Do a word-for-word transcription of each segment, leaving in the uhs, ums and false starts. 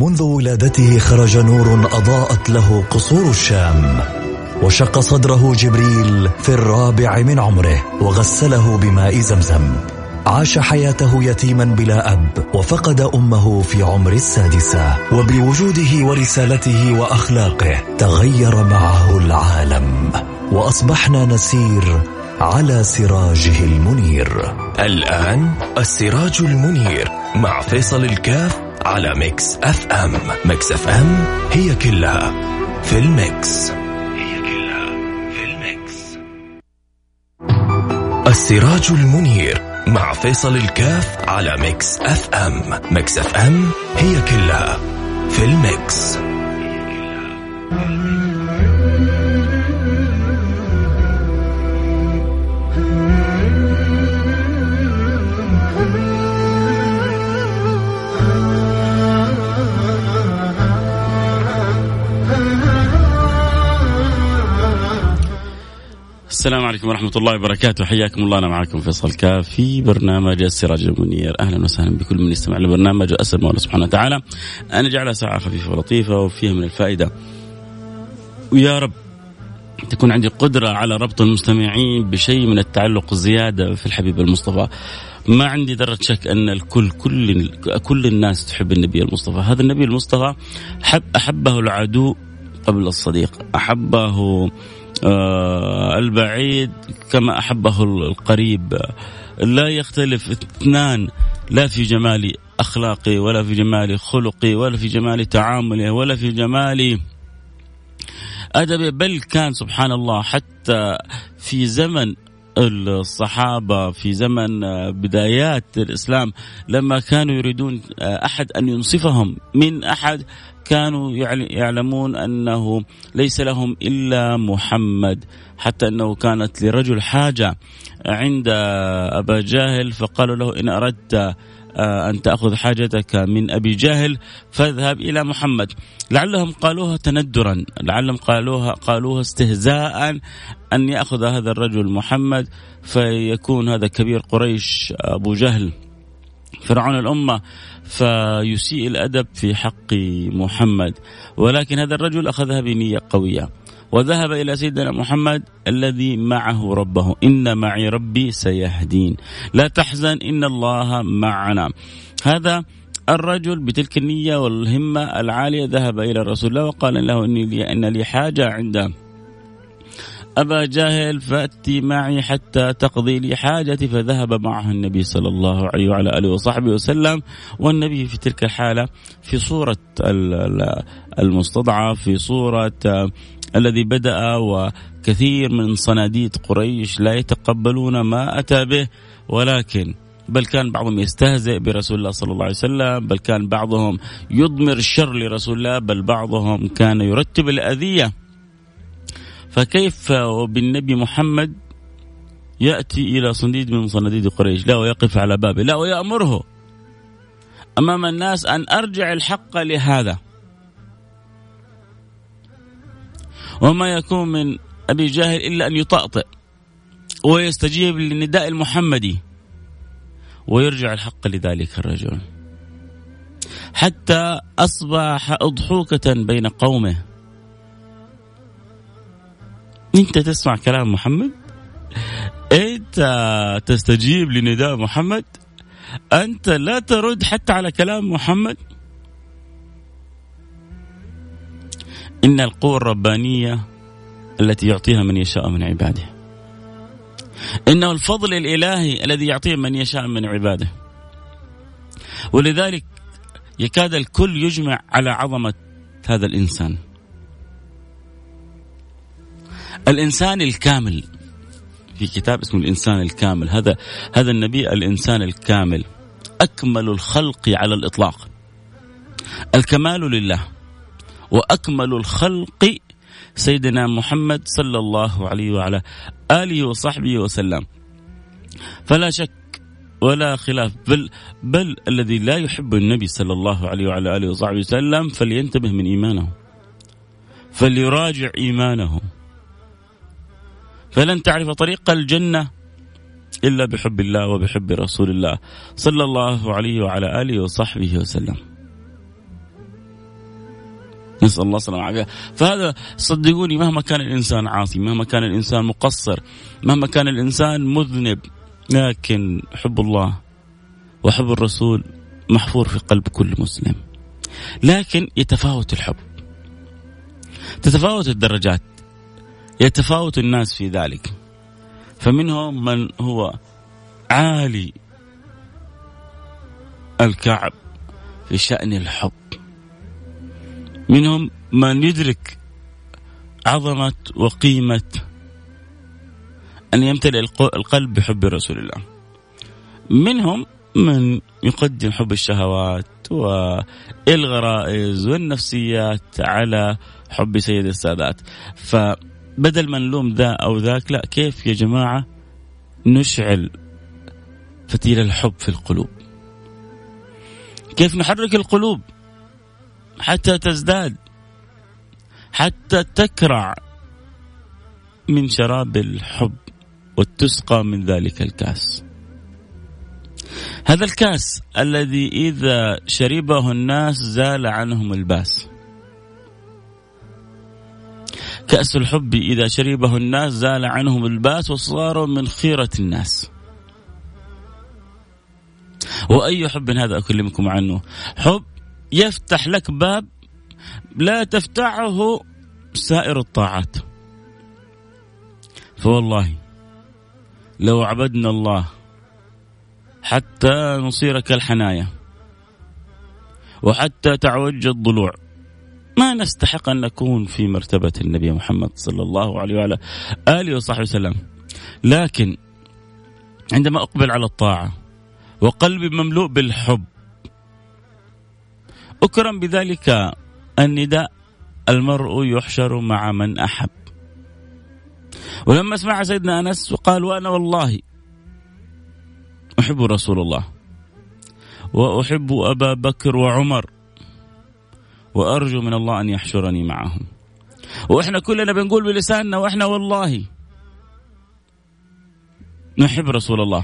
منذ ولادته خرج نور أضاءت له قصور الشام، وشق صدره جبريل في الرابع من عمره وغسله بماء زمزم. عاش حياته يتيما بلا أب، وفقد أمه في عمر السادسة، وبوجوده ورسالته وأخلاقه تغير معه العالم، وأصبحنا نسير على سراجه المنير. الآن السراج المنير مع فيصل الكاف على ميكس أف أم. ميكس أف أم هي كلها في الميكس. هي كلها في الميكس. السراج المنير مع فيصل الكاف على ميكس أف أم. ميكس أف أم هي كلها في الميكس. السلام عليكم ورحمة الله وبركاته، حياكم الله. أنا معكم فيصل كاف في برنامج السراج المنير. أهلا وسهلا بكل من يستمع لبرنامج، وأسأل الله سبحانه وتعالى أن يجعلها ساعة خفيفة ولطيفة وفيها من الفائدة، ويا رب تكون عندي قدرة على ربط المستمعين بشيء من التعلق زيادة في الحبيب المصطفى. ما عندي ذرة شك أن الكل كل كل الناس تحب النبي المصطفى. هذا النبي المصطفى حب أحبه العدو قبل الصديق، أحبه آه البعيد كما أحبه القريب. لا يختلف اثنان لا في جمال أخلاقي ولا في جمال خلقي ولا في جمال تعامله ولا في جمال أدبه، بل كان سبحان الله حتى في زمن الصحابة، في زمن بدايات الإسلام، لما كانوا يريدون أحد أن ينصفهم من أحد كانوا يعلمون أنه ليس لهم إلا محمد، حتى أنه كانت لرجل حاجة عند أبا جاهل فقالوا له إن أردت أن تأخذ حاجتك من أبي جاهل فاذهب إلى محمد. لعلهم قالوها تندرا، لعلهم قالوها قالوها استهزاء أن يأخذ هذا الرجل محمد فيكون هذا كبير قريش أبو جهل فرعون الأمة فيسيء الأدب في حق محمد. ولكن هذا الرجل أخذها بنية قوية وذهب إلى سيدنا محمد الذي معه ربه، إن معي ربي سيهدين، لا تحزن إن الله معنا. هذا الرجل بتلك النية والهمة العالية ذهب إلى رسول الله وقال له إني لي إن لي حاجة عند أبا جاهل فأتي معي حتى تقضي لي حاجتي. فذهب معه النبي صلى الله عليه وعلى آله وصحبه وسلم، والنبي في تلك الحالة في صورة المستضعف، في صورة الذي بدأ وكثير من صناديد قريش لا يتقبلون ما أتى به، ولكن بل كان بعضهم يستهزئ برسول الله صلى الله عليه وسلم، بل كان بعضهم يضمر الشر لرسول الله، بل بعضهم كان يرتب الأذية. فكيف بالنبي محمد يأتي إلى صنديد من صناديد قريش لا ويقف على بابه، لا ويأمره أمام الناس أن أرجع الحق لهذا. وما يكون من أبي جاهل إلا أن يطأطئ ويستجيب للنداء المحمدي ويرجع الحق لذلك الرجل، حتى أصبح أضحوكة بين قومه. أنت تسمع كلام محمد، أنت تستجيب لنداء محمد، أنت لا ترد حتى على كلام محمد. إن القوة الربانية التي يعطيها من يشاء من عباده، إنه الفضل الإلهي الذي يعطيه من يشاء من عباده، ولذلك يكاد الكل يجمع على عظمة هذا الإنسان، الإنسان الكامل. في كتاب اسمه الإنسان الكامل، هذا هذا النبي الإنسان الكامل، أكمل الخلق على الإطلاق، الكمال لله، وأكمل الخلق سيدنا محمد صلى الله عليه وعلى آله وصحبه وسلم. فلا شك ولا خلاف، بل, بل الذي لا يحب النبي صلى الله عليه وعلى آله وصحبه وسلم فلينتبه من إيمانه، فليراجع إيمانه. فلن تعرف طريق الجنة إلا بحب الله وبحب رسول الله صلى الله عليه وعلى آله وصحبه وسلم. نسأل الله السلامة والعافية. فهذا صدقوني مهما كان الإنسان عاصي، مهما كان الإنسان مقصر، مهما كان الإنسان مذنب، لكن حب الله وحب الرسول محفور في قلب كل مسلم. لكن يتفاوت الحب، تتفاوت الدرجات، يتفاوت الناس في ذلك. فمنهم من هو عالي الكعب في شأن الحب، منهم من يدرك عظمة وقيمة أن يمتلئ القلب بحب رسول الله، منهم من يقدم حب الشهوات والغرائز والنفسيات على حب سيد السادات. فبدل ما نلوم ذا أو ذاك، لا، كيف يا جماعة نشعل فتيل الحب في القلوب، كيف نحرك القلوب حتى تزداد، حتى تكرع من شراب الحب وتسقى من ذلك الكاس. هذا الكاس الذي إذا شربه الناس زال عنهم الباس، كأس الحب إذا شربه الناس زال عنهم الباس وصاروا من خيرة الناس. وأي حب هذا أكلمكم عنه؟ حب يفتح لك باب لا تفتحه سائر الطاعات. فوالله لو عبدنا الله حتى نصير كالحنايا وحتى تعوج الضلوع ما نستحق أن نكون في مرتبة النبي محمد صلى الله عليه وعلى آله وصحبه وسلم. لكن عندما أقبل على الطاعة وقلبي مملوء بالحب أكرم بذلك النداء: المرء يحشر مع من أحب. ولما سمع سيدنا أنس وقال: وأنا والله أحب رسول الله وأحب أبا بكر وعمر وأرجو من الله أن يحشرني معهم. وإحنا كلنا بنقول بلساننا وإحنا والله نحب رسول الله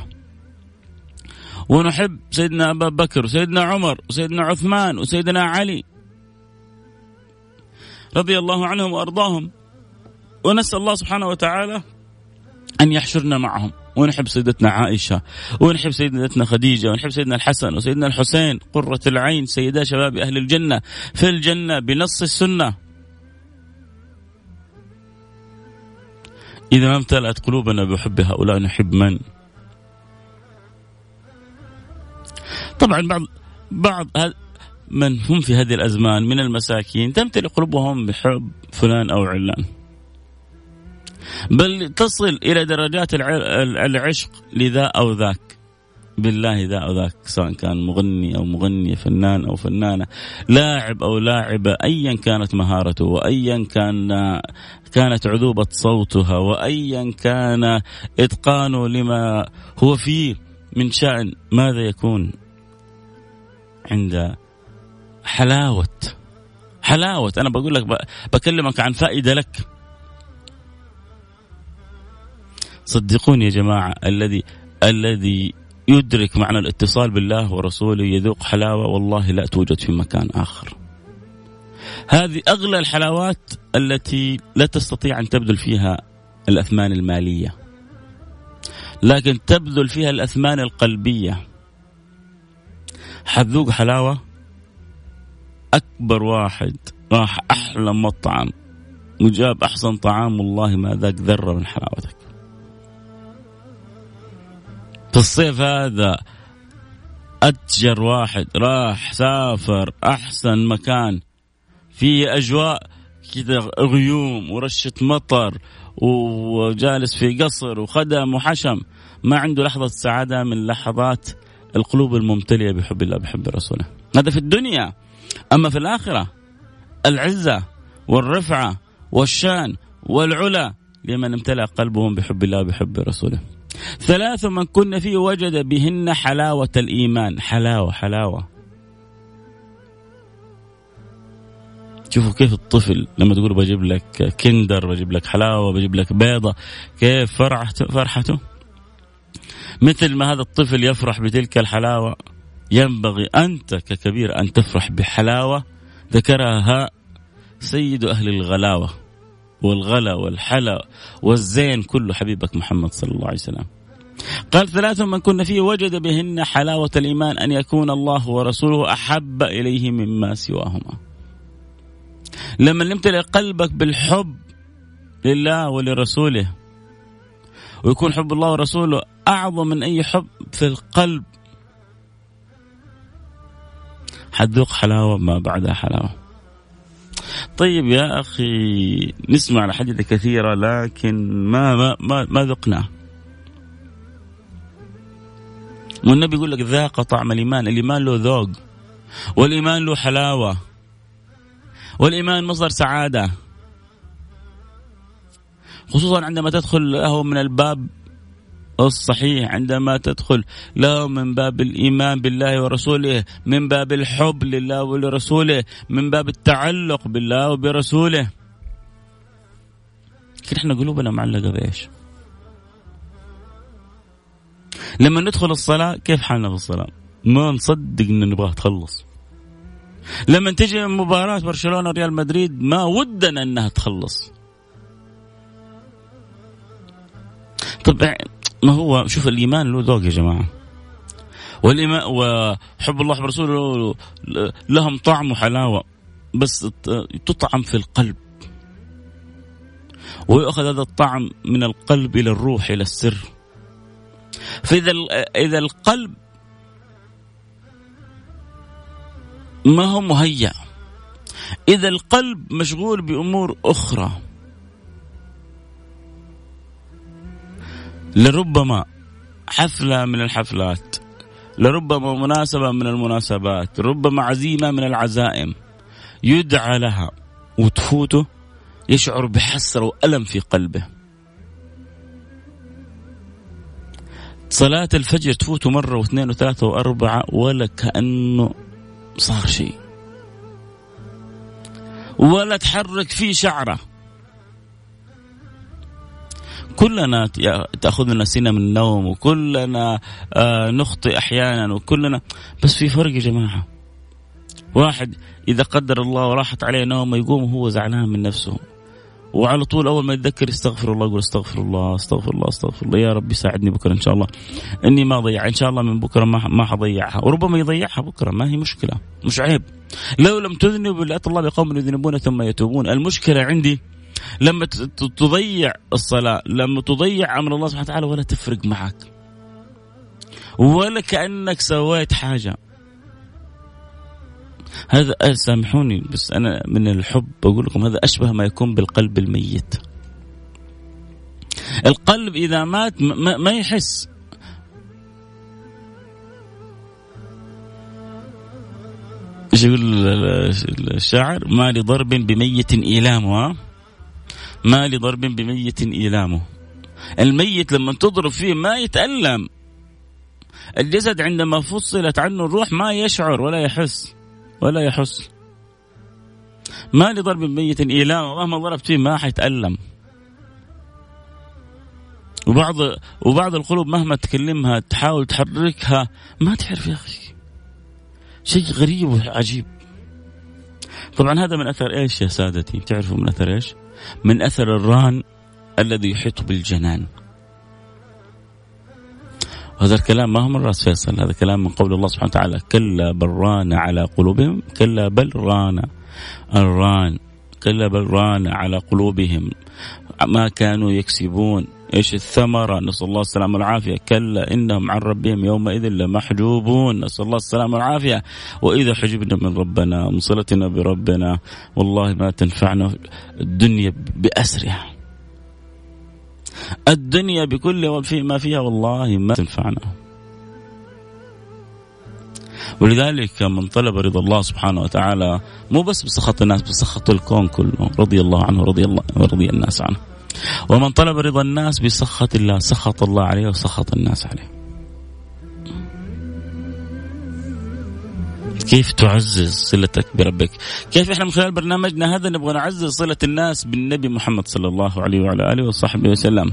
ونحب سيدنا أبا بكر وسيدنا عمر وسيدنا عثمان وسيدنا علي رضي الله عنهم وأرضاهم، ونسأل الله سبحانه وتعالى أن يحشرنا معهم. ونحب سيدتنا عائشة ونحب سيدتنا خديجة ونحب سيدنا الحسن وسيدنا الحسين قرة العين سيدا شباب أهل الجنة في الجنة بنص السنة. إذا ما امتلأت قلوبنا بحب هؤلاء نحب من؟ طبعا بعض بعض من هم في هذه الأزمان من المساكين تمتلئ قلوبهم بحب فلان أو علان، بل تصل إلى درجات العشق لذا أو ذاك، بالله ذا أو ذاك، سواء كان مغني أو مغنية، فنان أو فنانة، لاعب أو لاعبة، أيا كانت مهارته وأيا كان كانت عذوبة صوتها وأيا كان إتقانه لما هو فيه من شأن، ماذا يكون عند حلاوة حلاوة أنا بقول لك بكلمك عن فائدة لك. صدقوني يا جماعة، الذي الذي يدرك معنى الاتصال بالله ورسوله يذوق حلاوة والله لا توجد في مكان آخر. هذه أغلى الحلاوات التي لا تستطيع أن تبذل فيها الأثمان المالية، لكن تبذل فيها الأثمان القلبية. حذوق حلاوة أكبر واحد راح أحلى مطعم وجاب أحسن طعام والله ما ذاك ذرة من حلاوتك. في الصيف هذا أتجر واحد راح سافر أحسن مكان فيه أجواء كده غيوم ورشة مطر وجالس في قصر وخدم وحشم، ما عنده لحظة سعادة من لحظات القلوب الممتلئة بحب الله بحب رسوله. هذا في الدنيا. أما في الآخرة العزة والرفعة والشان والعلا لمن امتلأ قلبهم بحب الله بحب رسوله. ثلاث من كن فيه وجد بهن حلاوة الإيمان. حلاوة حلاوة. شوفوا كيف الطفل لما تقول بجيب لك كندر، بجيب لك حلاوة، بجيب لك بيضة، كيف فرحته فرحته. مثل ما هذا الطفل يفرح بتلك الحلاوة، ينبغي أنت ككبير أن تفرح بحلاوة ذكرها سيد أهل الغلاوة والغلا والحلا والزين كله حبيبك محمد صلى الله عليه وسلم. قال ثلاث من كن فيه وجد بهن حلاوة الإيمان أن يكون الله ورسوله أحب إليه مما سواهما. لما يمتلئ قلبك بالحب لله ولرسوله ويكون حب الله ورسوله أعظم من أي حب في القلب، حتذوق حلاوة ما بعدها حلاوة. طيب يا أخي نسمع على حديث كثيرة لكن ما ما ما, ما ذقناه. والنبي يقول لك ذاق طعم الإيمان. الإيمان له ذوق، والإيمان له حلاوة، والإيمان مصدر سعادة، خصوصا عندما تدخل له من الباب الصحيح، عندما تدخل له من باب الإيمان بالله ورسوله، من باب الحب لله ولرسوله، من باب التعلق بالله وبرسوله. كده احنا قلوبنا معلقة بإيش؟ لما ندخل الصلاة كيف حالنا في الصلاة؟ ما نصدق إن نبغى تخلص. لما تجي مباراة برشلونة ريال مدريد ما ودنا أنها تخلص. طب ما هو شوف الإيمان له ذوق يا جماعة، والإيمان وحب الله ورسوله لهم طعم وحلاوة، بس تطعم في القلب، ويأخذ هذا الطعم من القلب إلى الروح إلى السر. فإذا إذا القلب ما هو مهيأ، إذا القلب مشغول بأمور أخرى، لربما حفلة من الحفلات، لربما مناسبة من المناسبات، ربما عزيمة من العزائم يدعى لها وتفوته، يشعر بحسرة وألم في قلبه. صلاة الفجر تفوته مرة واثنين وثلاثة وأربعة ولا كأنه صار شيء، ولا تحرك فيه شعره. كلنا تأخذنا سنة من النوم، وكلنا نخطئ أحيانا، وكلنا، بس في فرق يا جماعة. واحد إذا قدر الله وراحت عليه نوم يقوم وهو زعلان من نفسه، وعلى طول أول ما يتذكر استغفر الله يقول استغفر الله استغفر الله استغفر الله، يا رب يساعدني بكرة إن شاء الله إني ما ضيع، إن شاء الله من بكرة ما ما حضيعها. وربما يضيعها بكرة، ما هي مشكلة، مش عيب. لو لم تذنبوا لأتى الله بقوم يذنبون ثم يتوبون. المشكلة عندي لما تضيع الصلاة، لما تضيع أمر الله سبحانه وتعالى ولا تفرق معك، ولا كأنك سويت حاجة. هذا سامحوني بس أنا من الحب أقول لكم هذا أشبه ما يكون بالقلب الميت. القلب إذا مات ما, ما يحس. إيش يقول الشاعر؟ ما لضرب بميت إيلامه، ما لضرب بميت إيلامه. الميت لما تضرب فيه ما يتألم. الجسد عندما فصلت عنه الروح ما يشعر ولا يحس ولا يحس. ما لضرب بميت إيلامه، مهما ضربت فيه ما حيتألم. وبعض وبعض القلوب مهما تكلمها تحاول تحركها ما تعرف يا أخي، شيء غريب وعجيب. طبعا هذا من أثر إيش يا سادتي؟ تعرفوا من أثر إيش؟ من أثر الران الذي يحيط بالجنان. هذا الكلام ما هو من راس فيصل، هذا كلام من قول الله سبحانه وتعالى كلا بل ران على قلوبهم، كلا بل ران الران كلا بل ران على قلوبهم ما كانوا يكسبون. إيش الثمرة؟ نسأل الله السلامة والعافية. كلا إنهم عن ربهم يومئذ لمحجوبون، نسأل الله السلامة والعافية. وإذا حجبنا من ربنا من صلتنا بربنا والله ما تنفعنا الدنيا بأسرها، الدنيا بكل ما فيها والله ما تنفعنا. ولذلك من طلب رضا الله سبحانه وتعالى مو بس بسخط الناس، بسخط الكون كله، رضي الله عنه رضي الله ورضي الناس عنه. ومن طلب رضا الناس بسخط الله سخط الله عليه وسخط الناس عليه. كيف تعزز صلتك بربك؟ كيف احنا من خلال برنامجنا هذا نبغى نعزز صلة الناس بالنبي محمد صلى الله عليه وعلى آله وصحبه وسلم.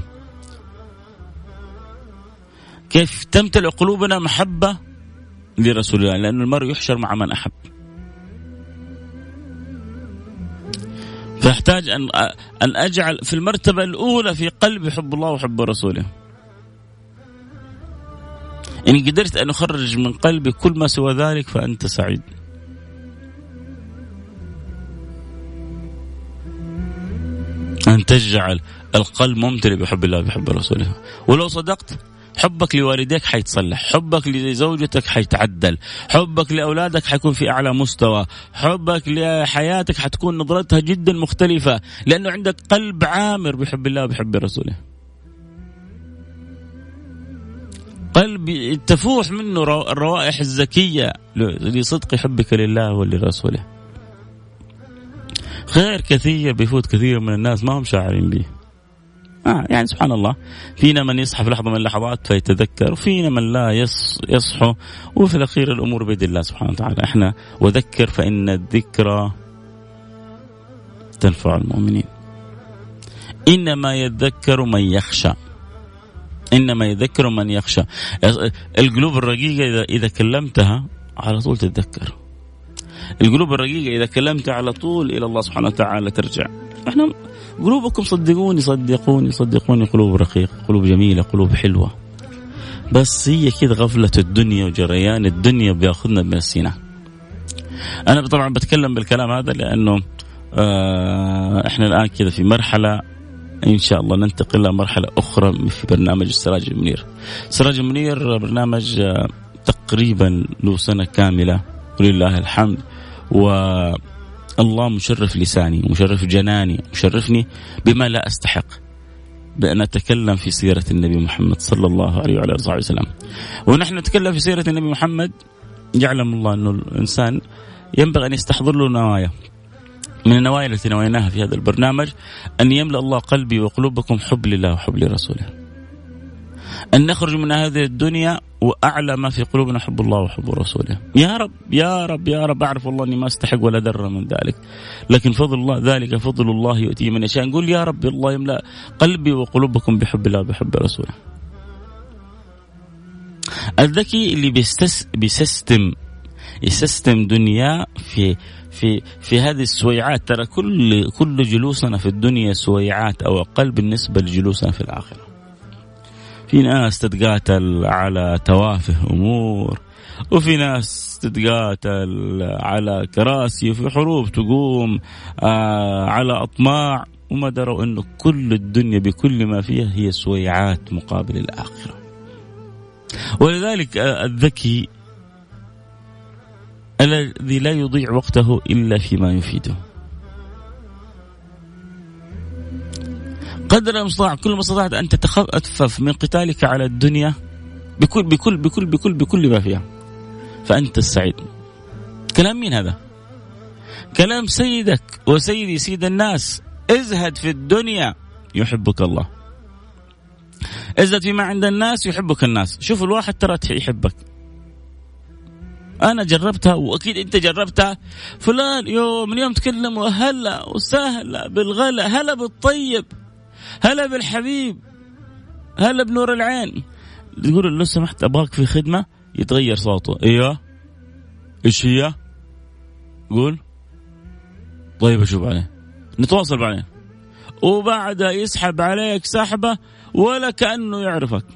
كيف تمتلئ قلوبنا محبة لرسول الله، لأن المرء يحشر مع من أحب. فأحتاج أن أن أجعل في المرتبة الأولى في قلبي حب الله وحب رسوله. إن قدرت أن أخرج من قلبي كل ما سوى ذلك فأنت سعيد. أن تجعل القلب ممتلئ بحب الله بحب رسوله. ولو صدقت حبك لوالديك حيتصلح، حبك لزوجتك حيتعدل، حبك لأولادك حيكون في أعلى مستوى، حبك لحياتك حتكون نظرتها جدا مختلفة، لأنه عندك قلب عامر بحب الله بحب رسوله. قلب تفوح منه الروائح الزكية لصدق حبك لله ولرسوله. خير كثير بيفوت كثير من الناس ما هم شاعرين به. آه يعني سبحان الله، فينا من يصحى في لحظة من اللحظات فيتذكر، وفينا من لا يص يصحو، وفي الأخير الأمور بيد الله سبحانه وتعالى. إحنا وذكر فإن الذكرى تنفع المؤمنين. إنما يذكر من يخشى، إنما يذكر من يخشى. القلوب الرقيقة إذا إذا كلمتها على طول تتذكر. القلوب الرقيقة إذا كلمتها على طول إلى الله سبحانه وتعالى ترجع. إحنا قلوبكم صدقوني صدقوني صدقوني قلوب رقيقة، قلوب جميلة، قلوب حلوة، بس هي كده غفلة الدنيا وجريان الدنيا بياخذنا بنفسنا. أنا طبعا بتكلم بالكلام هذا لأنه آه إحنا الآن كده في مرحلة إن شاء الله ننتقل إلى مرحلة أخرى في برنامج السراج المنير. السراج المنير برنامج آه تقريبا له سنة كاملة ولله الحمد، والله مشرف لساني ومشرف جناني ومشرفني بما لا أستحق بأن أتكلم في سيرة النبي محمد صلى الله عليه وعلى آله وسلم. ونحن نتكلم في سيرة النبي محمد يعلم الله أنه الإنسان ينبغي أن يستحضر له نوايا. من النوايا التي نويناها في هذا البرنامج أن يملأ الله قلبي وقلوبكم حب لله وحب لرسوله، أن نخرج من هذه الدنيا وأعلى ما في قلوبنا حب الله وحب رسوله. يا رب يا رب يا رب، أعرف والله أني ما أستحق ولا در من ذلك، لكن فضل الله ذلك فضل الله يؤتيه من يشاء. نقول يا رب الله يملأ قلبي وقلوبكم بحب الله وبحب رسوله. الذكي اللي بيستس بيسستم يسستم دنيا في في في هذه السويعات. ترى كل كل جلوسنا في الدنيا سويعات أو أقل بالنسبة لجلوسنا في الآخرة. في ناس تتقاتل على توافه أمور، وفي ناس تتقاتل على كراسي، وفي حروب تقوم آه على أطماع، وما دروا أنه كل الدنيا بكل ما فيها هي سويعات مقابل الآخرة. ولذلك آه الذكي الذي لا يضيع وقته إلا فيما يفيده. قدر المستطاع كل ما استطعت أن تتخفف من قتالك على الدنيا بكل بكل بكل بكل بكل ما فيها فأنت السعيد. كلام مين هذا؟ كلام سيدك وسيدي سيد الناس. ازهد في الدنيا يحبك الله، ازهد فيما عند الناس يحبك الناس. شوف الواحد ترى يحبك، أنا جربتها وأكيد أنت جربتها. فلان يوم من يوم تكلم هلا وسهلا بالغلا، هلا بالطيب، هلا بالحبيب، هلا بنور العين. تقول لو سمحت أبغاك في خدمة، يتغير صوته. إيوه إيش هي؟ قول طيب أشوف عليه، نتواصل بعدين. وبعدها يسحب عليك سحبة ولا كأنه يعرفك.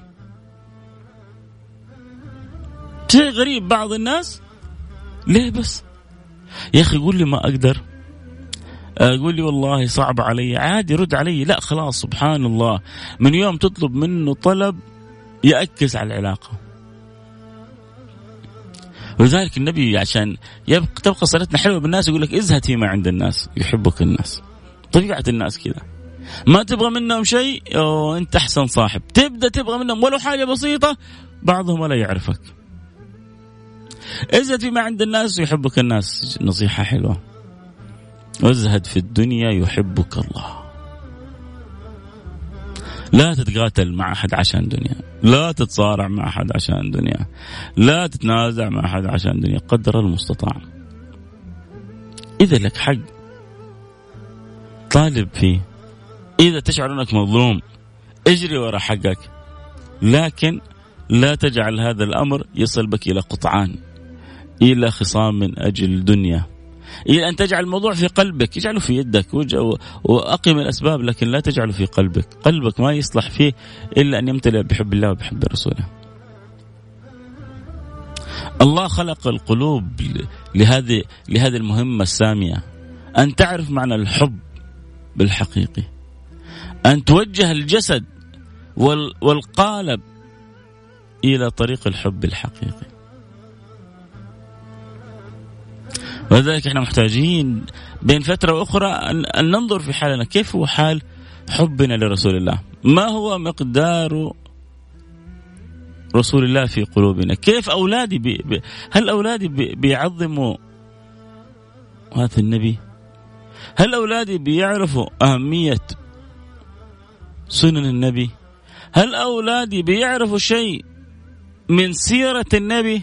شيء غريب بعض الناس. ليه بس يا أخي؟ قول لي ما أقدر، أقول لي والله صعب علي، عادي رد علي. لا خلاص سبحان الله، من يوم تطلب منه طلب يأكس على العلاقة. ولذلك النبي عشان يبقى تبقى صلتنا حلوة بالناس يقول لك ازهد فيما عند الناس يحبك الناس. طبيعة الناس كذا، ما تبغى منهم شيء أنت أحسن صاحب، تبدأ تبغى منهم ولو حاجة بسيطة بعضهم ولا يعرفك. ازهد فيما عند الناس يحبك الناس. نصيحة حلوة، ازهد في الدنيا يحبك الله. لا تتقاتل مع أحد عشان دنيا، لا تتصارع مع أحد عشان دنيا، لا تتنازع مع أحد عشان دنيا. قدر المستطاع. إذا لك حق طالب فيه، إذا تشعر أنك مظلوم اجري وراء حقك، لكن لا تجعل هذا الأمر يصل بك إلى قطعان، إلى خصام من أجل الدنيا، إلى أن تجعل الموضوع في قلبك، اجعله في يدك وأقم الأسباب، لكن لا تجعله في قلبك. قلبك ما يصلح فيه إلا أن يمتلئ بحب الله وبحب رسوله. الله خلق القلوب لهذه لهذه المهمة السامية، أن تعرف معنى الحب بالحقيقي، أن توجه الجسد والقالب إلى طريق الحب الحقيقي. ولذلك احنا محتاجين بين فترة وأخرى أن ننظر في حالنا، كيف هو حال حبنا لرسول الله، ما هو مقدار رسول الله في قلوبنا، كيف أولادي بي بي هل أولادي بي بيعظموا هذا النبي، هل أولادي بيعرفوا أهمية سنن النبي، هل أولادي بيعرفوا شيء من سيرة النبي،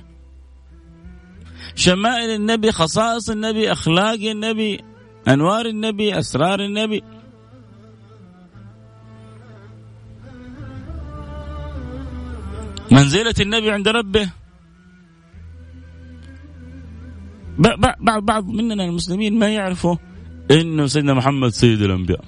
شمائل النبي، خصائص النبي، أخلاق النبي، أنوار النبي، أسرار النبي. منزلة النبي عند ربه. بعض بعض مننا المسلمين ما يعرفوا إنه سيدنا محمد سيد الأنبياء.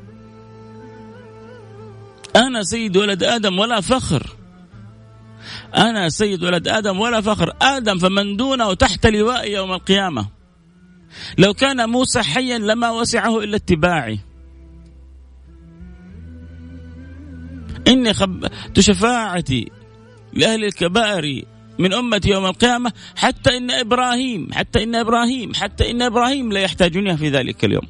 أنا سيد ولد آدم ولا فخر، أنا سيد ولد آدم ولا فخر. آدم فمن دونه تحت لواء يوم القيامة. لو كان موسى حيا لما وسعه إلا اتباعي. إني خبت شفاعتي لأهل الكبائر من أمتي يوم القيامة، حتى إن إبراهيم حتى إن إبراهيم حتى إن إبراهيم لا يحتاجونها في ذلك اليوم.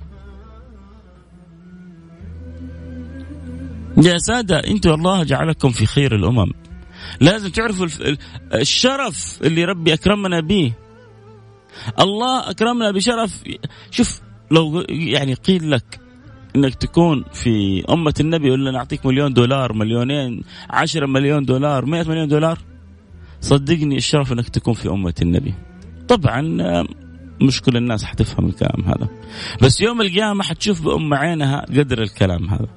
يا سادة، أنتم الله جعلكم في خير الأمم، لازم تعرفوا الشرف اللي ربي أكرمنا به. الله أكرمنا بشرف. شوف، لو يعني قيل لك إنك تكون في أمة النبي ولا نعطيك مليون دولار، مليونين، عشرة مليون دولار، مئة مليون دولار، صدقني الشرف إنك تكون في أمة النبي. طبعا مش كل الناس حتفهم الكلام هذا، بس يوم القيامة حتشوف بأم عينها قدر الكلام هذا.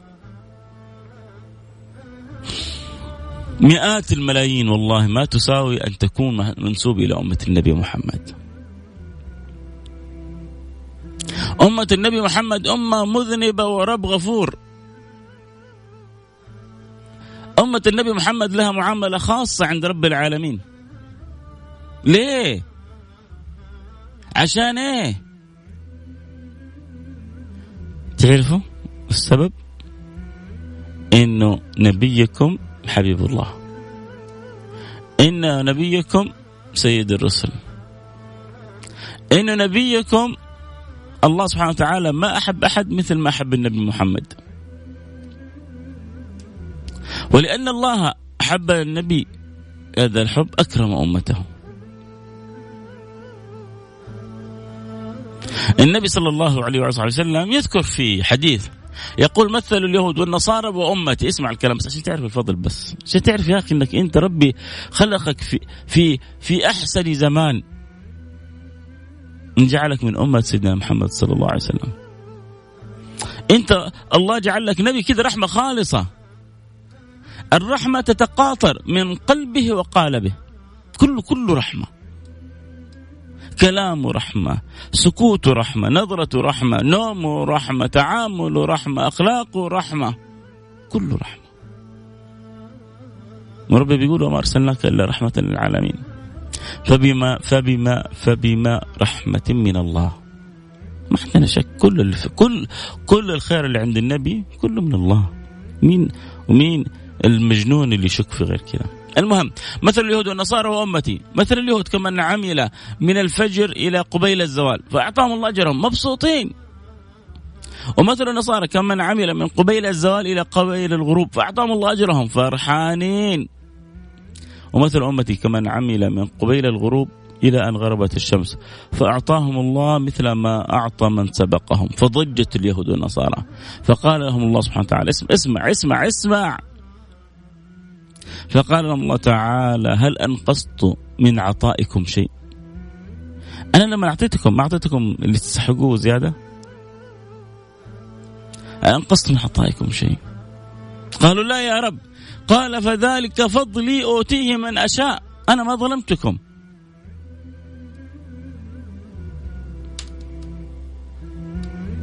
مئات الملايين والله ما تساوي أن تكون منسوب إلى أمة النبي محمد. أمة النبي محمد أمة مذنبة ورب غفور. أمة النبي محمد لها معاملة خاصة عند رب العالمين. ليه؟ عشان إيه؟ تعرفوا السبب؟ إنه نبيكم حبيب الله، إن نبيكم سيد الرسل، إن نبيكم الله سبحانه وتعالى ما أحب أحد مثل ما أحب النبي محمد. ولأن الله أحب النبي هذا الحب أكرم أمته. النبي صلى الله عليه وسلم يذكر في حديث يقول: مثل اليهود والنصارى وأمتي. اسمع الكلام بس عشان تعرف الفضل، بس عشان تعرف يا أخي إنك أنت ربي خلقك في في في أحسن زمان، جعلك من أمة سيدنا محمد صلى الله عليه وسلم. أنت الله جعل لك نبي كده رحمة خالصة. الرحمة تتقاطر من قلبه وقالبه، كله كله رحمة. كلام رحمة، سكوت رحمة، نظرة رحمة، نوم رحمة، تعامل رحمة، أخلاق رحمة، كله رحمة. وربي بيقول: وما أرسلناك إلا رحمة للعالمين. فبما فبما فبما رحمة من الله. ما عندنا شك، كل الف... كل كل الخير اللي عند النبي كله من الله. مين ومين المجنون اللي يشك في غير كذا؟ المهم، مثل اليهود والنصارى وأمتي. مثل اليهود كمن عمل من الفجر إلى قبيل الزوال فأعطاهم الله أجرهم مبسوطين، ومثل النصارى كمن عمل من قبيل الزوال إلى قبيل الغروب فأعطاهم الله أجرهم فرحانين، ومثل أمتي كمن عمل من قبيل الغروب إلى أن غربت الشمس فأعطاهم الله مثل ما أعطى من سبقهم. فضجت اليهود والنصارى فقال لهم الله سبحانه وتعالى: اسمع اسمع اسمع, اسمع. فقال لهم الله تعالى: هل أنقصت من عطائكم شيء؟ أنا لما أعطيتكم ما أعطيتكم اللي تستحقوه زيادة؟ هل أنقصت من عطائكم شيء؟ قالوا: لا يا رب. قال: فذلك فضلي أوتيه من أشاء. أنا ما ظلمتكم.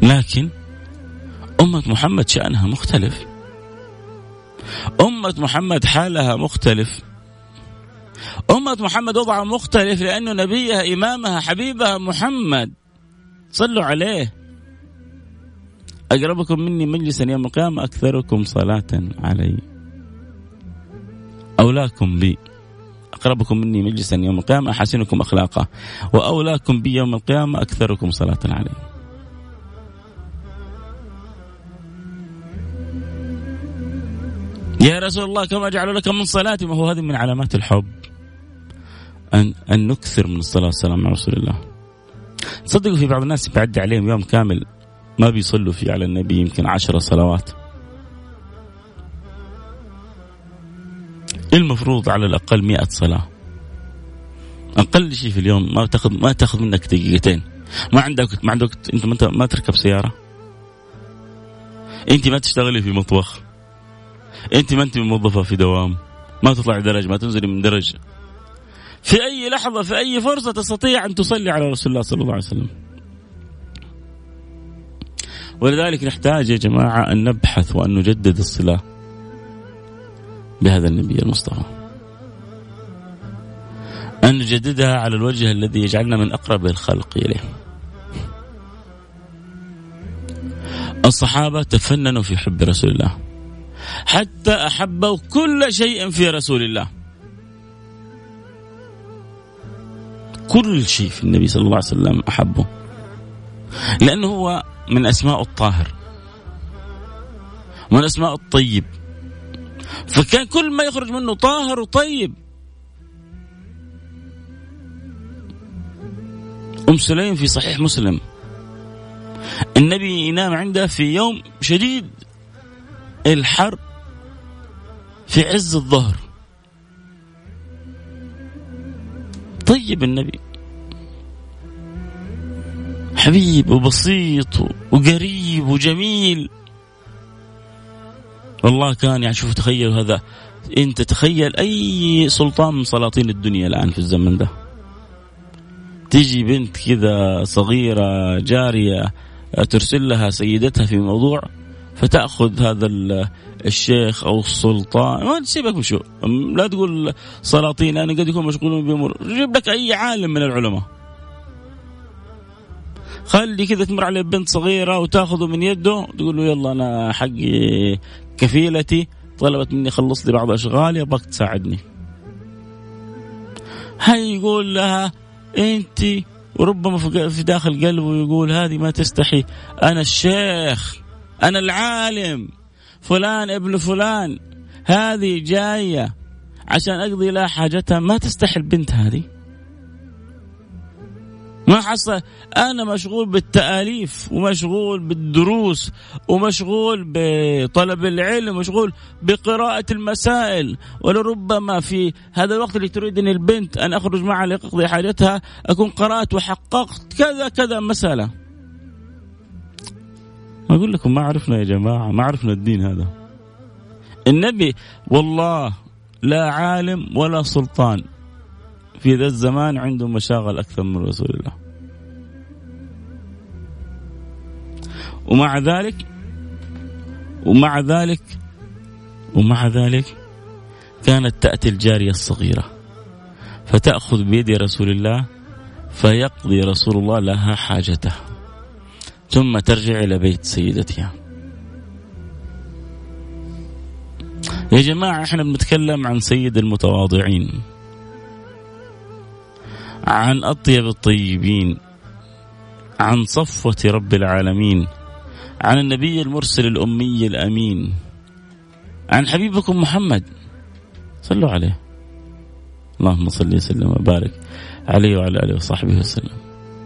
لكن أمة محمد شأنها مختلف، أمة محمد حالها مختلف، أمة محمد وضعها مختلف، لأنه نبيها إمامها حبيبها محمد صلوا عليه. أقربكم مني مجلسا يوم القيامة أكثركم صلاة علي. أولاكم بي أقربكم مني مجلسا يوم القيامة أحسنكم أخلاقا، وأولاكم بي يوم القيامة أكثركم صلاة علي. يا رسول الله كما جعلوا لك من صلاتي، ما هو هذه من علامات الحب، أن, أن نكثر من الصلاة والسلام على رسول الله. صدقوا في بعض الناس بعد عليهم يوم كامل ما بيصلوا فيه على النبي يمكن عشر صلوات. المفروض على الأقل مئة صلاة، أقل شيء في اليوم. ما تأخذ ما تأخذ منك دقيقتين. ما عندك ما عندك أنت ما, ما تركب سيارة، أنت ما تشتغلي في مطبخ، أنت ما أنت موظفة في دوام، ما تطلع درج، ما تنزلي من درج. في أي لحظة في أي فرصة تستطيع أن تصلي على رسول الله صلى الله عليه وسلم. ولذلك نحتاج يا جماعة أن نبحث وأن نجدد الصلة بهذا النبي المصطفى، أن نجددها على الوجه الذي يجعلنا من أقرب الخلق إليه. الصحابة تفننوا في حب رسول الله حتى أحبوا كل شيء في رسول الله، كل شيء في النبي صلى الله عليه وسلم أحبه، لأنه هو من أسماء الطاهر ومن أسماء الطيب، فكان كل ما يخرج منه طاهر وطيب. أم سليم في صحيح مسلم النبي ينام عنده في يوم شديد الحر في عز الظهر، طيب النبي حبيب وبسيط وقريب وجميل. والله كان يعني شوف تخيل هذا، انت تخيل اي سلطان من سلاطين الدنيا الان في الزمن ده، تيجي بنت كذا صغيرة جارية ترسل لها سيدتها في موضوع فتأخذ هذا الشيخ أو السلطان، ما تسيبك بشو، لا تقول سلاطين، أنا قد يكون مشغولون بأمور، جيب لك أي عالم من العلماء، خلي كذا تمر عليه بنت صغيرة وتأخذه من يده تقول له يلا أنا حقي كفيلتي طلبت مني خلص لي بعض أشغالي أبغاك تساعدني. هاي يقول لها أنت، وربما في داخل قلبه يقول هذه ما تستحي، أنا الشيخ، أنا العالم فلان ابن فلان، هذه جاية عشان أقضي لها حاجتها، ما تستحي البنت هذه. ما حصل، أنا مشغول بالتأليف ومشغول بالدروس ومشغول بطلب العلم ومشغول بقراءة المسائل، ولربما في هذا الوقت اللي تريدني البنت أن أخرج معها لأقضي حاجتها أكون قرأت وحققت كذا كذا مسألة. أقول لكم ما عرفنا يا جماعة، ما عرفنا الدين هذا. النبي والله لا عالم ولا سلطان في ذا الزمان عنده مشاغل أكثر من رسول الله، ومع ذلك ومع ذلك ومع ذلك كانت تأتي الجارية الصغيرة فتأخذ بيد رسول الله فيقضي رسول الله لها حاجتها ثم ترجع إلى بيت سيدتها. يا جماعة احنا بنتكلم عن سيد المتواضعين، عن أطيب الطيبين، عن صفوة رب العالمين، عن النبي المرسل الأمي الأمين، عن حبيبكم محمد، صلوا عليه، اللهم صل وسلم وبارك عليه وعلى آله وصحبه وسلم.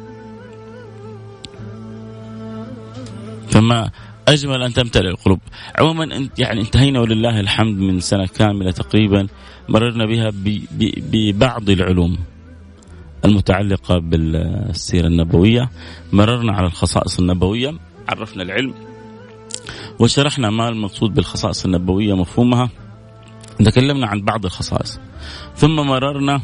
فما أجمل أن تمتلئ القلوب. عموما يعني انتهينا ولله الحمد من سنة كاملة تقريبا مررنا بها ببعض العلوم المتعلقة بالسيرة النبوية، مررنا على الخصائص النبوية، عرفنا العلم وشرحنا ما المقصود بالخصائص النبوية مفهومها، تكلمنا عن بعض الخصائص، ثم مررنا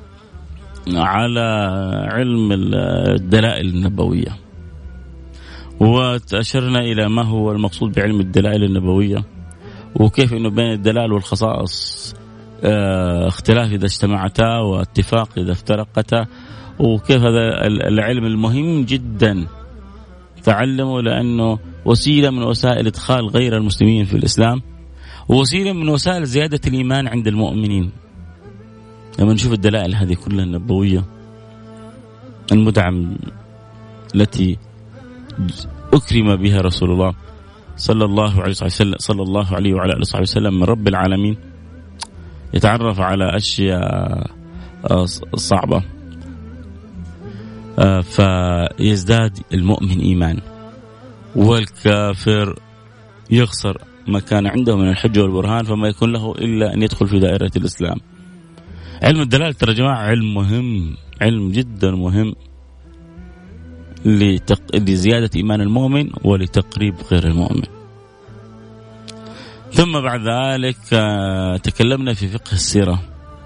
على علم الدلائل النبوية، وأشرنا إلى ما هو المقصود بعلم الدلائل النبوية، وكيف أنه بين الدلائل والخصائص اه اختلاف إذا اجتمعتا واتفاق إذا افترقتا، وكيف هذا العلم المهم جدا تعلمه لأنه وسيلة من وسائل إدخال غير المسلمين في الإسلام، ووسيلة من وسائل زيادة الإيمان عند المؤمنين. لما نشوف الدلائل هذه كلها النبوية المدعم التي أكرم بها رسول الله صلى الله عليه وسلم صلى الله عليه وعلى آله وصحبه وسلم من رب العالمين، يتعرف على أشياء صعبة فيزداد المؤمن إيمان، والكافر يخسر ما كان عنده من الحجة والبرهان، فما يكون له إلا أن يدخل في دائرة الإسلام. علم الدلائل ترى جماعة علم مهم، علم جدا مهم لتق... لزيادة إيمان المؤمن ولتقريب غير المؤمن. ثم بعد ذلك تكلمنا في فقه السيرة،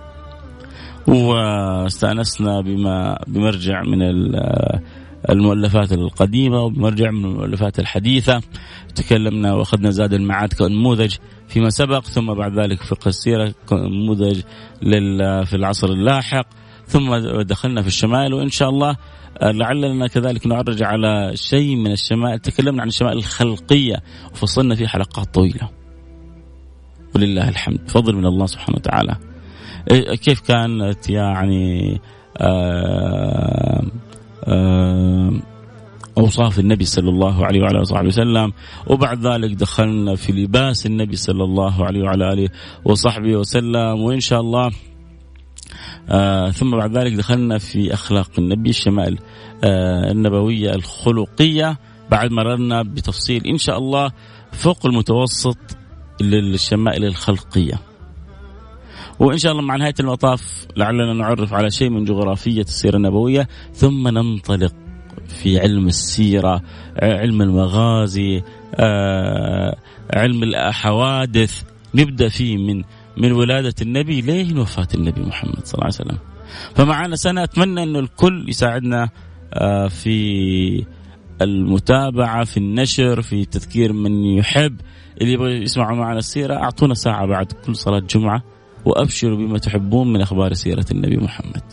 واستأنسنا بما بمرجع من المؤلفات القديمة وبمرجع من المؤلفات الحديثة. تكلمنا وأخذنا زاد المعاد كنموذج فيما سبق، ثم بعد ذلك فقه السيرة كنموذج في العصر اللاحق، ثم دخلنا في الشمائل، وإن شاء الله لعلنا كذلك نعرج على شيء من الشمائل. تكلمنا عن الشمائل الخلقية وفصلنا في حلقات طويلة ولله الحمد، فضل من الله سبحانه وتعالى. كيف كانت يعني آآ آآ أوصاف النبي صلى الله عليه وعلى آله وسلم، وبعد ذلك دخلنا في لباس النبي صلى الله عليه وعلى آله وصحبه وسلم، وإن شاء الله آه ثم بعد ذلك دخلنا في أخلاق النبي، الشمائل آه النبوية الخلقية، بعد مررنا بتفصيل إن شاء الله فوق المتوسط للشمائل الخلقية. وإن شاء الله مع نهاية المطاف لعلنا نعرف على شيء من جغرافية السيرة النبوية، ثم ننطلق في علم السيرة، علم المغازي، آه علم الحوادث، نبدأ فيه من من ولادة النبي لين وفاة النبي محمد صلى الله عليه وسلم. فمعنا سنة أتمنى أن الكل يساعدنا في المتابعة، في النشر، في تذكير من يحب. اللي يبغى يسمعوا معنا السيرة أعطونا ساعة بعد كل صلاة جمعة، وأبشروا بما تحبون من أخبار سيرة النبي محمد.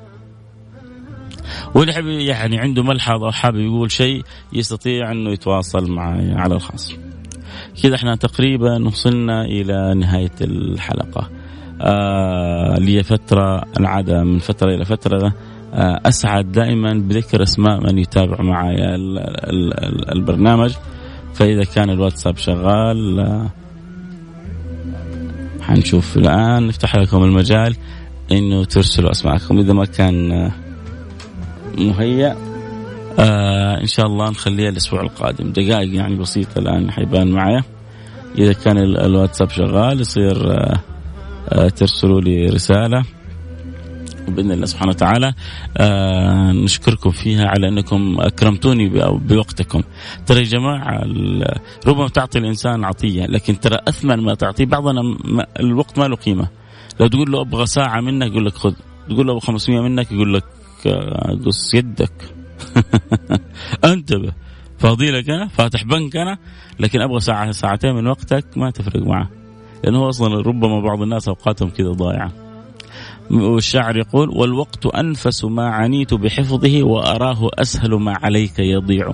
واللي يحب يعني عنده ملحظ أو حابب يقول شيء يستطيع أنه يتواصل معي على الخاص. كده احنا تقريبا وصلنا إلى نهاية الحلقة. آه لي فترة العادة من فترة إلى فترة آه أسعد دائما بذكر أسماء من يتابع معي البرنامج. فإذا كان الواتساب شغال آه حنشوف الآن، نفتح لكم المجال إنه ترسلوا أسماءكم. إذا ما كان آه مهيأ آه إن شاء الله نخليها الأسبوع القادم، دقائق يعني بسيطة الآن حيبان معايا. إذا كان الواتساب شغال يصير آه آه ترسلوا لي رسالة بإذن الله سبحانه وتعالى. آه نشكركم فيها على أنكم أكرمتوني بوقتكم. ترى يا جماعة ربما تعطي الإنسان عطية، لكن ترى أثمن ما تعطيه. بعضنا الوقت ما له قيمة. لو تقول له أبغى ساعة منك يقول لك خذ، تقول له أبغى خمسمية منك يقول لك قص يدك. انتبه، فاضيلك أنا فاتح بنك أنا، لكن أبغى ساعة ساعتين من وقتك ما تفرق معه، لأنه أصلا ربما بعض الناس أوقاتهم كذا ضائعة. والشاعر يقول: والوقت أنفس ما عنيت بحفظه وأراه أسهل ما عليك يضيع.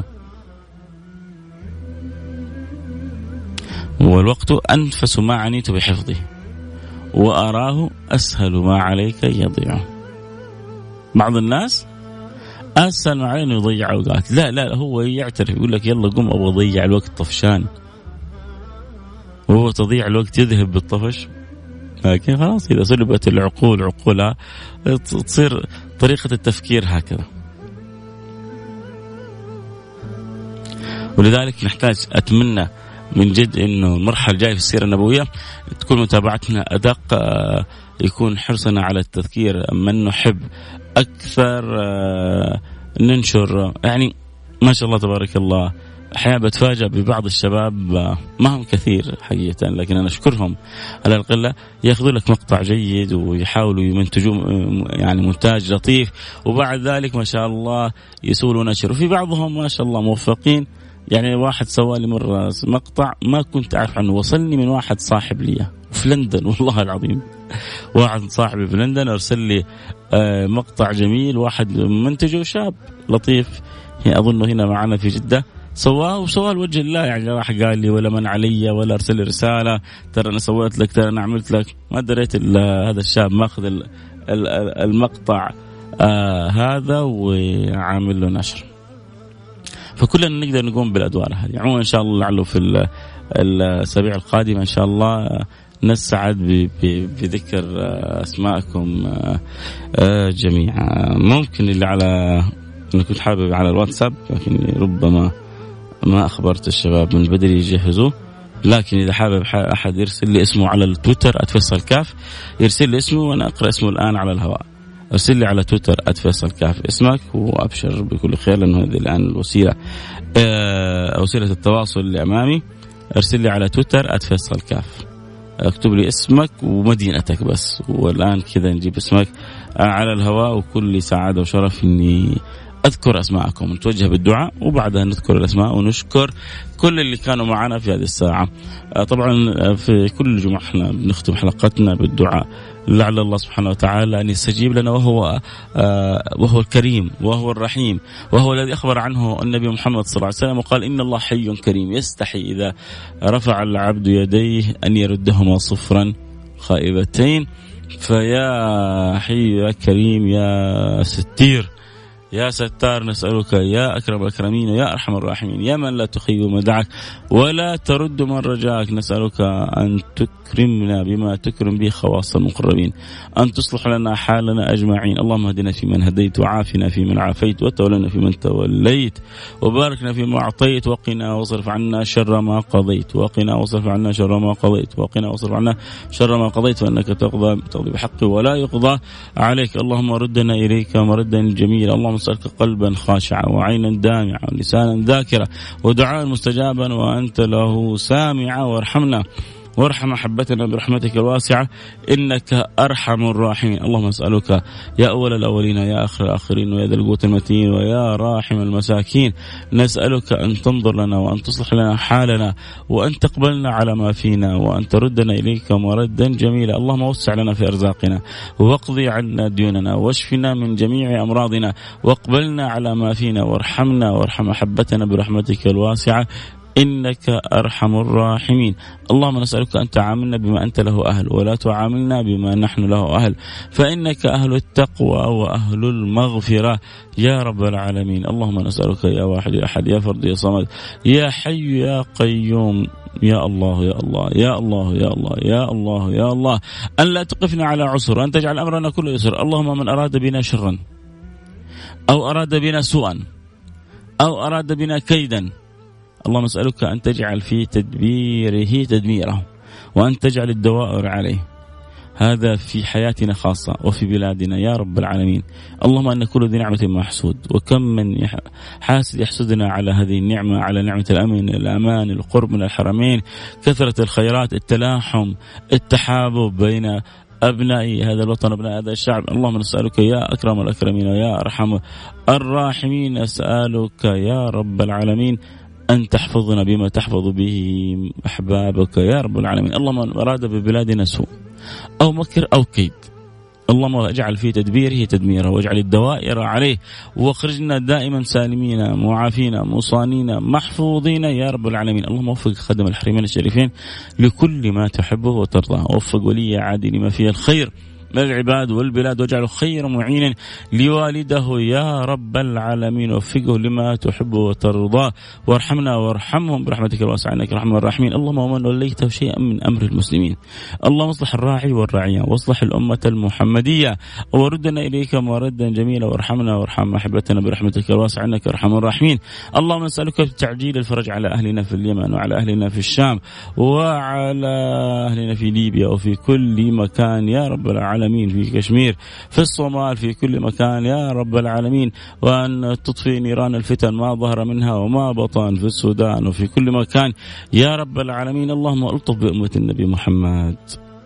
والوقت أنفس ما عنيت بحفظه وأراه أسهل ما عليك يضيع. بعض الناس أسهل ما عليه إنه يضيع أوقات. لا لا هو يعترف يقول لك يلا قم أبغى أضيع الوقت طفشان، وهو تضيع الوقت يذهب بالطفش. لكن خلاص إذا سلبت العقول عقولها تصير طريقة التفكير هكذا. ولذلك نحتاج أتمنى من جد إنه المرحلة الجاية في السيرة النبوية تكون متابعتنا أدق، يكون حرصنا على التذكير من نحب أكثر، ننشر. يعني ما شاء الله تبارك الله أحيانا بتفاجأ ببعض الشباب ما هم كثير حقيقة، لكن أنا أشكرهم على القلة، يأخذوا لك مقطع جيد ويحاولوا يمنتجوا يعني مونتاج لطيف، وبعد ذلك ما شاء الله يسولوا نشر. وفي بعضهم ما شاء الله موفقين يعني واحد سوالي مرة مقطع ما كنت أعرف عنه، وصلني من واحد صاحب لي في لندن والله العظيم، واحد صاحبي في لندن أرسل لي مقطع جميل، واحد منتجه شاب لطيف أظنه هنا معنا في جدة سواه وسواه لوجه الله، يعني راح قال لي ولا من علي ولا أرسل لي رسالة ترى أنا سويت لك ترى أنا عملت لك، ما دريت هذا الشاب ماخذ المقطع آه هذا وعامل له نشر. فكلنا نقدر نقوم بالأدوار هذه. عموما إن شاء الله لعله في الأسابيع القادمة إن شاء الله نسعد بذكر أسماءكم جميعا. ممكن اللي على أنا كنت حابب على الواتساب لكن ربما ما أخبرت الشباب من بدري يجهزوا، لكن إذا حابب أحد يرسل لي اسمه على التويتر أتفصل كاف، يرسل لي اسمه وأنا أقرأ اسمه الآن على الهواء. ارسل لي على تويتر أتفصل كاف اسمك وأبشر بكل خير، لأنه هذه الآن الوسيلة أه وسيلة التواصل اللي أمامي. ارسل لي على تويتر أتفصل كاف، اكتب لي اسمك ومدينتك بس، والآن كذا نجيب اسمك على الهواء. وكل سعادة وشرف إني أذكر أسماءكم، نتوجه بالدعاء وبعدها نذكر الأسماء ونشكر كل اللي كانوا معنا في هذه الساعة. طبعا في كل جمعة احنا بنختم حلقتنا بالدعاء، لعل الله سبحانه وتعالى أن يستجيب لنا، وهو وهو الكريم وهو الرحيم، وهو الذي أخبر عنه النبي محمد صلى الله عليه وسلم وقال إن الله حي كريم يستحي إذا رفع العبد يديه أن يردهما صفرا خائبتين. فيا حي يا كريم يا ستير يا ستار نسألك يا أكرم الأكرمين يا أرحم الراحمين يا من لا تخيب من دعاك ولا ترد من رجاك، نسألك أن تكرمنا بما تكرم به خواص المقربين، أن تصلح لنا حالنا أجمعين. اللهم اهدنا فيمن هديت وعافنا فيمن عافيت وتولنا فيمن توليت وباركنا فيما أعطيت وقنا واصرف عنا شر ما قضيت وقنا واصرف عنا شر ما قضيت وقنا واصرف عنا شر ما قضيت وأنك تقضى تقضي بحق ولا يقضى عليك. اللهم ردنا إليك مردا جميلا. اللهم نسألك قلبا خاشعا وعينا دامعا ولسانا ذاكرا ودعاء مستجابا وأنت له سامعا، وارحمنا وارحم محبتنا برحمتك الواسعة إنك أرحم الراحمين. اللهم نسألك يا أول الأولين يا آخر الآخرين ويا ذا القوة المتين ويا راحم المساكين، نسألك أن تنظر لنا وأن تصلح لنا حالنا وأن تقبلنا على ما فينا وأن تردنا إليك مردا جميلا. اللهم وسع لنا في أرزاقنا واقضي عنا ديوننا واشفنا من جميع أمراضنا واقبلنا على ما فينا وارحمنا وارحم محبتنا برحمتك الواسعة إنك أرحم الراحمين. اللهم نسألك أن تعاملنا بما أنت له أهل ولا تعاملنا بما نحن له أهل، فإنك أهل التقوى وأهل المغفرة يا رب العالمين. اللهم نسألك يا واحد يا أحد يا فرد يا صمد يا حي يا قيوم يا الله يا الله يا الله يا الله يا الله يا الله أن لا تقفنا على عسر وأن تجعل أمرنا كله يسر. اللهم من أراد بنا شرا أو أراد بنا سوءا أو أراد بنا كيدا، اللهم نسألك أن تجعل في تدبيره تدميره وأن تجعل الدوائر عليه. هذا في حياتنا خاصة وفي بلادنا يا رب العالمين. اللهم أن كل ذي نعمة محسود، وكم من حاسد يحسدنا على هذه النعمة، على نعمة الأمن الأمان القرب من الحرمين، كثرة الخيرات التلاحم التحابب بين أبناء هذا الوطن أبناء هذا الشعب. اللهم نسألك يا أكرم الأكرمين ويا أرحم الراحمين، نسألك يا رب العالمين أن تحفظنا بما تحفظ به أحبابك يا رب العالمين. اللهم من أراد ببلادنا سوء أو مكر أو كيد، اللهم اجعل في تدبيره تدميره واجعل الدوائر عليه، واخرجنا دائما سالمين معافين مصانين محفوظين يا رب العالمين. اللهم وفق خدم الحرمين الشريفين لكل ما تحبه وترضاه، ووفق ولي عهده لما فيه الخير للعباد والبلاد، واجعله خير معين لوالده يا رب العالمين، وفقه لما تحب وترضاه، وارحمنا وارحمهم برحمتك الواسعة إنك الرحمن الرحيم. اللهم ومن وليته شيئا من أمر المسلمين، اللهم اصلح الراعي والراعية واصلح الأمة المحمدية، وردنا إليك مردا جميلا، وارحمنا وارحم أحبتنا برحمتك الواسعة إنك الرحمن الرحيم. اللهم نسألك تعجيل الفرج على أهلنا في اليمن وعلى أهلنا في الشام وعلى أهلنا في ليبيا وفي كل مكان يا رب العالمين، في كشمير في الصومال في كل مكان يا رب العالمين، وأن تطفي نيران الفتن ما ظهر منها وما بطن في السودان وفي كل مكان يا رب العالمين. اللهم ألطف بأمة النبي محمد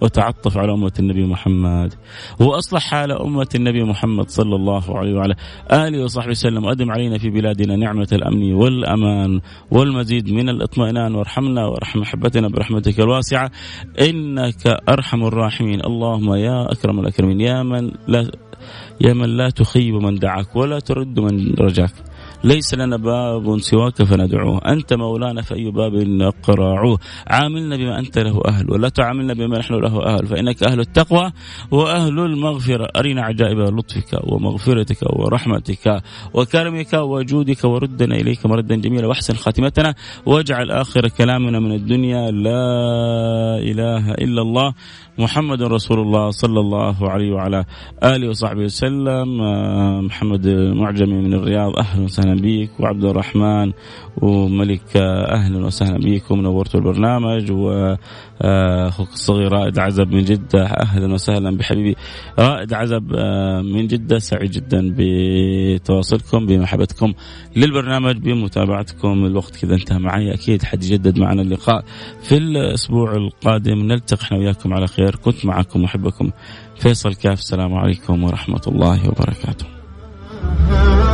وتعطف على أمة النبي محمد وأصلح حال أمة النبي محمد صلى الله عليه وعلى آله وصحبه وسلم، وأدم علينا في بلادنا نعمة الأمن والأمان والمزيد من الاطمئنان، وارحمنا وارحم أحبتنا برحمتك الواسعة إنك أرحم الراحمين. اللهم يا أكرم الأكرمين، يا من لا يا من لا تخيب من دعاك ولا ترد من رجاك، ليس لنا باب سواك فندعوه، أنت مولانا فأي باب نقرعوه، عاملنا بما أنت له أهل ولا تعاملنا بما نحن له أهل، فإنك أهل التقوى وأهل المغفرة. أرنا عجائب لطفك ومغفرتك ورحمتك وكرمك وجودك، وردنا إليك مردا جميلا، واحسن خاتمتنا، واجعل آخر كلامنا من الدنيا لا إله إلا الله محمد رسول الله صلى الله عليه وعلى آله وصحبه وسلم. محمد معجمي من الرياض، أهلا وسهلا بيك، وعبد الرحمن وملك أهلا وسهلا بيكم، منورتوا البرنامج. وأخوك الصغير رائد عزب من جدة، أهلا وسهلا بحبيبي رائد عزب من جدة، سعيد جدا بتواصلكم بمحبتكم للبرنامج بمتابعتكم. الوقت كذا انتهى معي، أكيد حتجدد معنا اللقاء في الأسبوع القادم، نلتقي احنا وياكم على خير. كنت معكم محبكم فيصل كاف، السلام عليكم ورحمة الله وبركاته.